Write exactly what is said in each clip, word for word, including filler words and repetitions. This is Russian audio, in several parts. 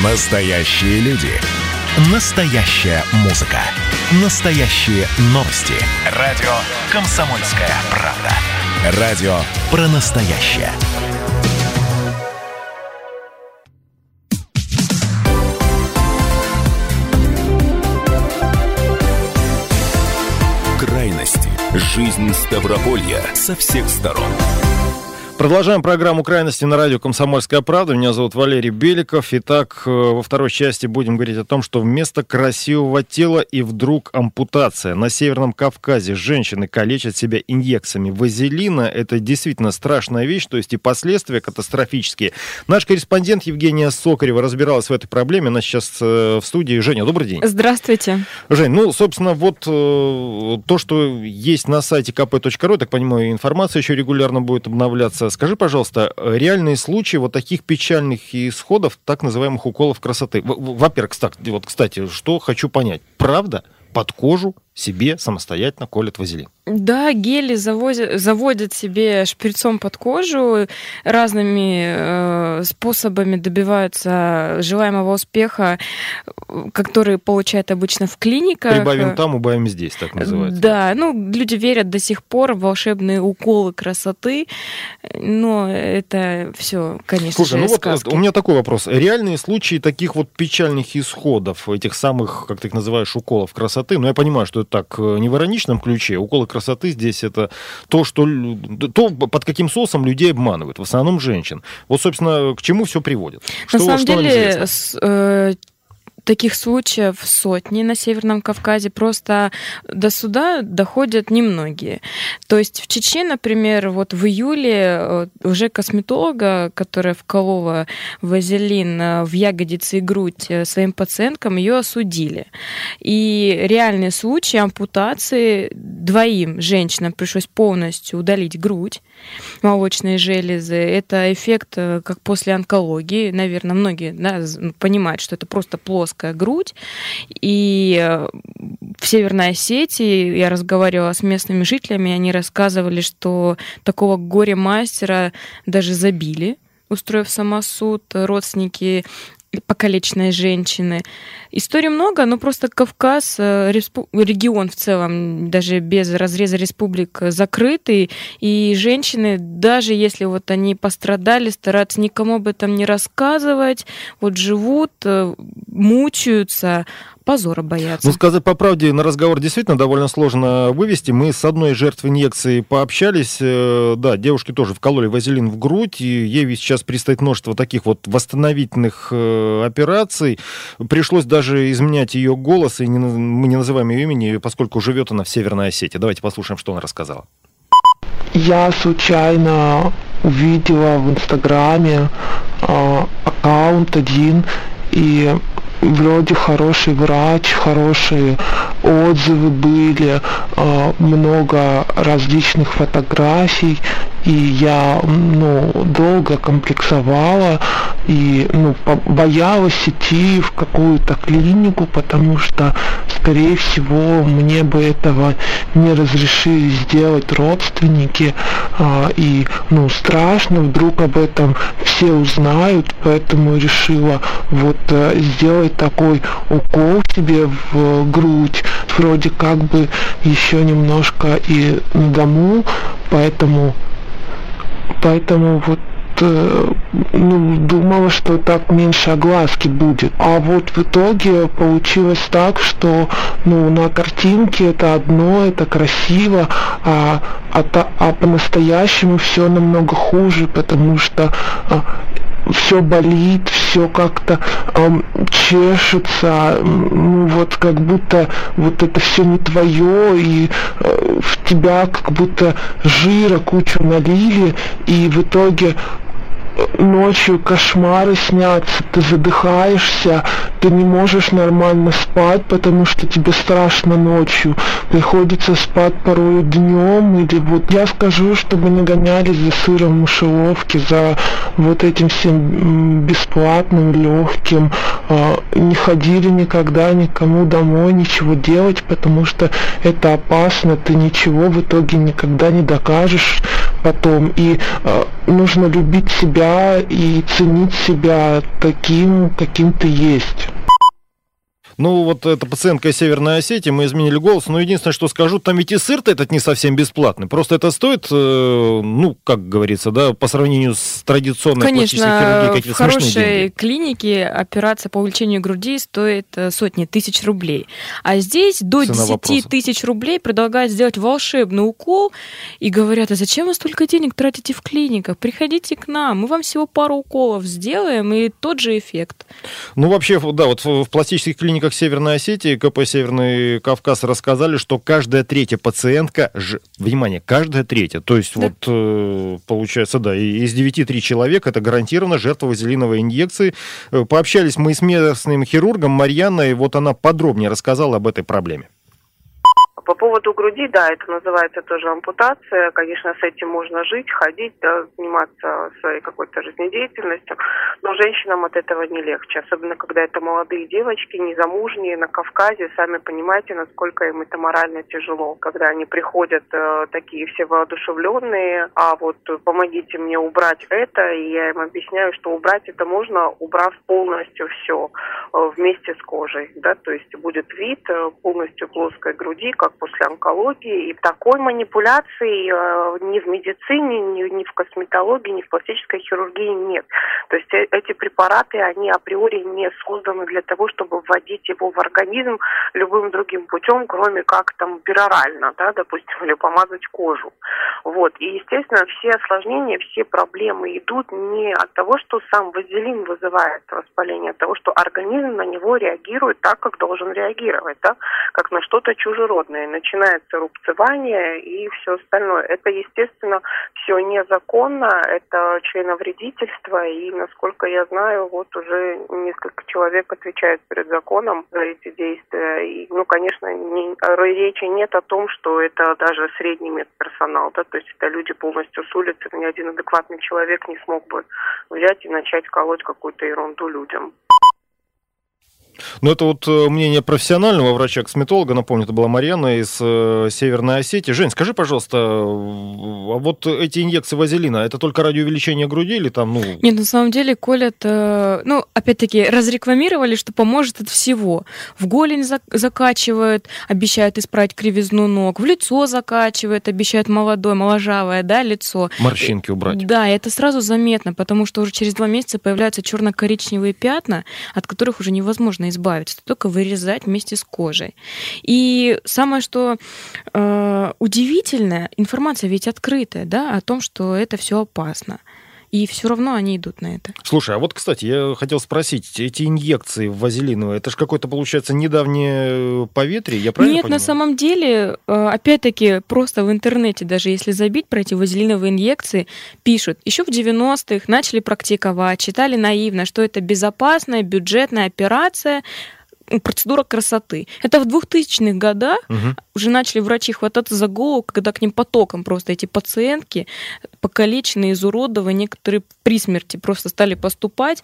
Настоящие люди. Настоящая музыка. Настоящие новости. Радио «Комсомольская правда». Радио про настоящее. Крайности. Жизнь Ставрополья со всех сторон. Продолжаем программу «Крайности» на радио «Комсомольская правда». Меня зовут Валерий Беликов. Итак, во второй части будем говорить о том, что вместо красивого тела и вдруг ампутация. На Северном Кавказе женщины калечат себя инъекциями вазелина. Это действительно страшная вещь, то есть и последствия катастрофические. Наш корреспондент Евгения Сокарева разбиралась в этой проблеме. Она сейчас в студии. Женя, добрый день. Здравствуйте. Жень, ну, собственно, вот то, что есть на сайте ка пэ точка ру, я так понимаю, информация еще регулярно будет обновляться. Скажи, пожалуйста, реальные случаи вот таких печальных исходов, так называемых уколов красоты. Во-первых, кстати, вот, кстати, что хочу понять. Правда, под кожу себе самостоятельно колят вазелин? Да, гели завозят, заводят себе шприцом под кожу, разными э, способами добиваются желаемого успеха, который получают обычно в клиниках. Прибавим там, убавим здесь, так называется. Да, ну, люди верят до сих пор в волшебные уколы красоты, но это все, конечно Слушай, же, ну сказки. Вот у меня такой вопрос. Реальные случаи таких вот печальных исходов, этих самых, как ты их называешь, уколов красоты, ну, я понимаю, что это так, не в ироничном ключе. Уколы красоты здесь это то, что, то, под каким соусом людей обманывают, в основном женщин. Вот, собственно, к чему все приводит? На что, самом что деле, с, э, таких случаев сотни на Северном Кавказе, просто до суда доходят немногие. То есть в Чечне, например, вот в июле уже косметолога, которая вколола вазелин в ягодицы и грудь своим пациенткам, ее осудили. И реальные случаи ампутации: двоим женщинам пришлось полностью удалить грудь, молочные железы. Это эффект, как после онкологии. Наверное, многие, да, понимают, что это просто плоская грудь. И в Северной Осетии я разговаривала с местными жителями, они рассказывали, что такого горе-мастера даже забили, устроив самосуд, родственники покалеченной женщины. Историй много, но просто Кавказ, респу... регион в целом, даже без разреза республик, закрытый, и женщины, даже если вот они пострадали, стараются никому об этом не рассказывать, вот живут, мучаются, позора боятся. Ну, сказать по правде, на разговор действительно довольно сложно вывести. Мы с одной жертвой инъекции пообщались. Да, девушке тоже вкололи вазелин в грудь, и ей сейчас предстоит множество таких вот восстановительных операций. Пришлось даже изменять ее голос, и не, мы не называем ее имени, поскольку живет она в Северной Осетии. Давайте послушаем, что она рассказала. Я случайно увидела в Инстаграме э, аккаунт один, и вроде хороший врач, хорошие отзывы были, э, много различных фотографий, и я, ну, долго комплексовала и, ну, боялась идти в какую-то клинику, потому что, скорее всего, мне бы этого не разрешили сделать родственники, э, и, ну, страшно, вдруг об этом все узнают, поэтому решила вот э, сделать такой укол себе в грудь, вроде как бы еще немножко и на дому, поэтому, поэтому вот э, ну, думала, что так меньше огласки будет. А вот в итоге получилось так, что, ну, на картинке это одно, это красиво, а, а, а по-настоящему все намного хуже, потому что а, все болит, все как-то эм, чешется, ну вот как будто вот это все не твое, и э, в тебя как будто жира кучу налили, и в итоге ночью кошмары снятся, ты задыхаешься, ты не можешь нормально спать, потому что тебе страшно ночью, приходится спать порой днем, или вот я скажу, чтобы не гонялись за сыром в мышеловке, за вот этим всем бесплатным, легким, не ходили никогда никому домой ничего делать, потому что это опасно, ты ничего в итоге никогда не докажешь, потом. И э, нужно любить себя и ценить себя таким, каким ты есть. Ну, вот эта пациентка из Северной Осетии, мы изменили голос, но единственное, что скажу, там ведь и сыр-то этот не совсем бесплатный. Просто это стоит, э, ну, как говорится, да, по сравнению с традиционной Конечно, пластической хирургией, какие-то смешные деньги. В хорошей клинике операция по увеличению груди стоит сотни тысяч рублей. А здесь до десяти тысяч рублей предлагают сделать волшебный укол и говорят, а зачем вы столько денег тратите в клиниках? Приходите к нам, мы вам всего пару уколов сделаем, и тот же эффект. Ну, вообще, да, вот в пластических клиниках Северной Осетии, КП «Северный Кавказ» рассказали, что каждая третья пациентка, ж... внимание, каждая третья, то есть да. вот э, получается, да, из девяти три человека, это гарантированно жертва вазелиновой инъекции. Пообщались мы с местным хирургом Марьяной, вот она подробнее рассказала об этой проблеме. По поводу груди, да, это называется тоже ампутация. Конечно, с этим можно жить, ходить, да, заниматься своей какой-то жизнедеятельностью, но женщинам от этого не легче. Особенно, когда это молодые девочки, незамужние, на Кавказе. Сами понимаете, насколько им это морально тяжело. Когда они приходят э, такие все воодушевленные, а вот помогите мне убрать это, и я им объясняю, что убрать это можно, убрав полностью все э, вместе с кожей, да, то есть будет вид э, полностью плоской груди, как после онкологии, и такой манипуляции э, ни в медицине, ни, ни в косметологии, ни в пластической хирургии нет. То есть э, эти препараты, они априори не созданы для того, чтобы вводить его в организм любым другим путем, кроме как там перорально, да, допустим, или помазать кожу. Вот. И, естественно, все осложнения, все проблемы идут не от того, что сам вазелин вызывает воспаление, а от того, что организм на него реагирует так, как должен реагировать, да, как на что-то чужеродное. Начинается рубцевание и все остальное. Это, естественно, все незаконно, это членовредительство, и, насколько я знаю, вот уже несколько человек отвечает перед законом за эти действия. И, ну, конечно, не, речи нет о том, что это даже средний медперсонал, да, то есть это люди полностью с улицы, ни один адекватный человек не смог бы взять и начать колоть какую-то ерунду людям. Ну, это вот мнение профессионального врача-косметолога, напомню, это была Марьяна из э, Северной Осетии. Жень, скажи, пожалуйста, а вот эти инъекции вазелина, это только ради увеличения груди или там, ну... Нет, на самом деле колят, э, ну, опять-таки, разрекламировали, что поможет от всего. В голень зак- закачивают, обещают исправить кривизну ног, в лицо закачивают, обещают молодое, моложавое, да, лицо. Морщинки убрать. Да, это сразу заметно, потому что уже через два месяца появляются черно-коричневые пятна, от которых уже невозможно избавиться, только вырезать вместе с кожей. И самое, что э, удивительное, информация ведь открытая, да, о том, что это все опасно. И все равно они идут на это. Слушай, а вот, кстати, я хотел спросить, эти инъекции вазелиновые, это же какое-то, получается, недавнее поветрие, я правильно Нет, понимаю? на самом деле, опять-таки, просто в интернете, даже если забить про эти вазелиновые инъекции, пишут, еще в девяностых начали практиковать, считали наивно, что это безопасная бюджетная операция, процедура красоты. Это в двухтысячных годах угу. уже начали врачи хвататься за голову, когда к ним потоком просто эти пациентки, покалеченные, изуродованные, некоторые при смерти просто стали поступать.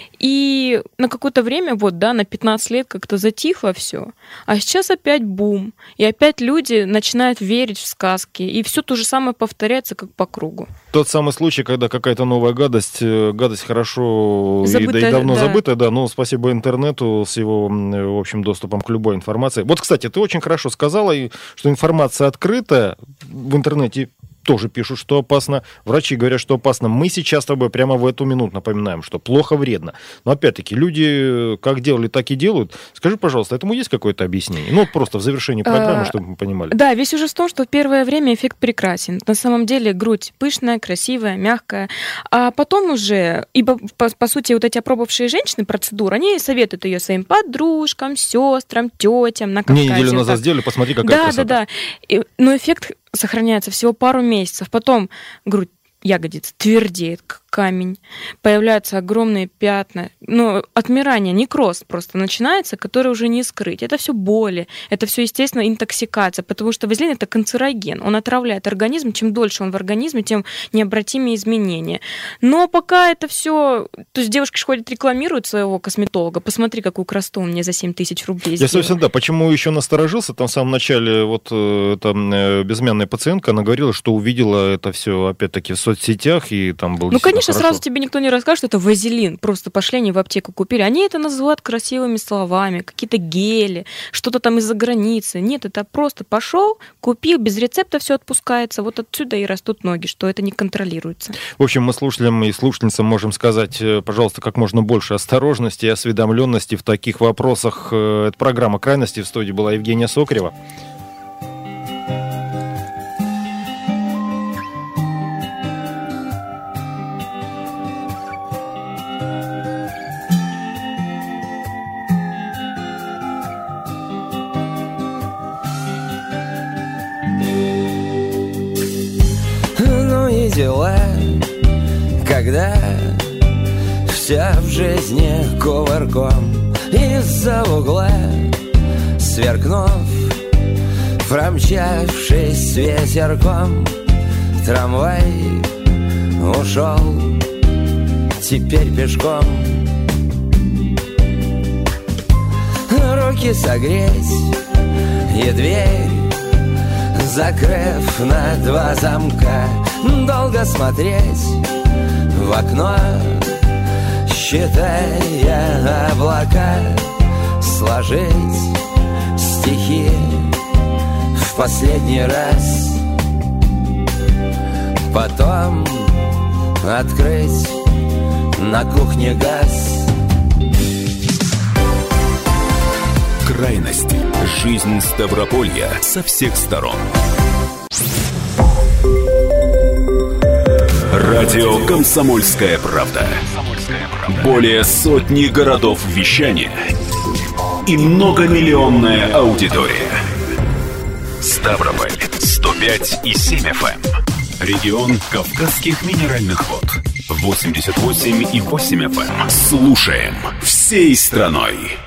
И на какое-то время, вот, да, на пятнадцать лет как-то затихло все. А сейчас опять бум. И опять люди начинают верить в сказки. И все то же самое повторяется, как по кругу. Тот самый случай, когда какая-то новая гадость, гадость хорошо забытая, и, да, и давно да. забытая, да, но спасибо интернету с его, в общем, доступом к любой информации. Вот, кстати, ты очень хорошо сказала, что информация открытая в интернете. Тоже пишут, что опасно. Врачи говорят, что опасно. Мы сейчас с тобой прямо в эту минуту напоминаем, что плохо, вредно. Но опять-таки, люди как делали, так и делают. Скажи, пожалуйста, этому есть какое-то объяснение? Ну, просто в завершении программы, чтобы мы понимали. Да, весь ужас в том, что в первое время эффект прекрасен. На самом деле грудь пышная, красивая, мягкая. А потом уже, ибо, по, по сути, вот эти опробовавшие женщины процедуру, они советуют ее своим подружкам, сестрам, тетям на Кавказе. Мне неделю назад так. сделали, посмотри, какая да, красота. Да, да, да. Но эффект сохраняется всего пару месяцев. Потом грудь ягодица твердеет, как камень, появляются огромные пятна, ну, отмирание, некроз просто начинается, который уже не скрыть. Это все боли, это все, естественно, интоксикация, потому что вазелин — это канцероген, он отравляет организм, чем дольше он в организме, тем необратимее изменения. Но пока это все, то есть девушки ходят, рекламируют своего косметолога, посмотри, какую красоту он мне за семь тысяч рублей Я, сделал. собственно, да, почему еще насторожился, там в самом начале вот там безымянная пациентка, она говорила, что увидела это все опять-таки в соцсетях, и там был. Ну, конечно, хорошо. Сразу тебе никто не расскажет, что это вазелин. Просто пошли они в аптеку купили. Они это называют красивыми словами, какие-то гели, что-то там из-за границы. Нет, это просто пошел, купил, без рецепта все отпускается. Вот отсюда и растут ноги, что это не контролируется. В общем, мы слушателям и слушательницам можем сказать, пожалуйста, как можно больше осторожности и осведомленности в таких вопросах. Это программа «Крайности». В студии была Евгения Сокарева. Дела, когда вся в жизни кувырком из-за угла, сверкнув, промчавшись ветерком, трамвай ушел теперь пешком. Руки согреть и дверь, закрыв на два замка, долго смотреть в окно, считая облака, сложить стихи в последний раз, потом открыть на кухне газ. Крайности. Жизнь Ставрополья со всех сторон. Радио «Комсомольская правда». Более сотни городов вещания и многомиллионная аудитория. Ставрополь сто пять и семь эф эм. Регион Кавказских минеральных вод восемьдесят восемь и восемь эф эм. Слушаем всей страной.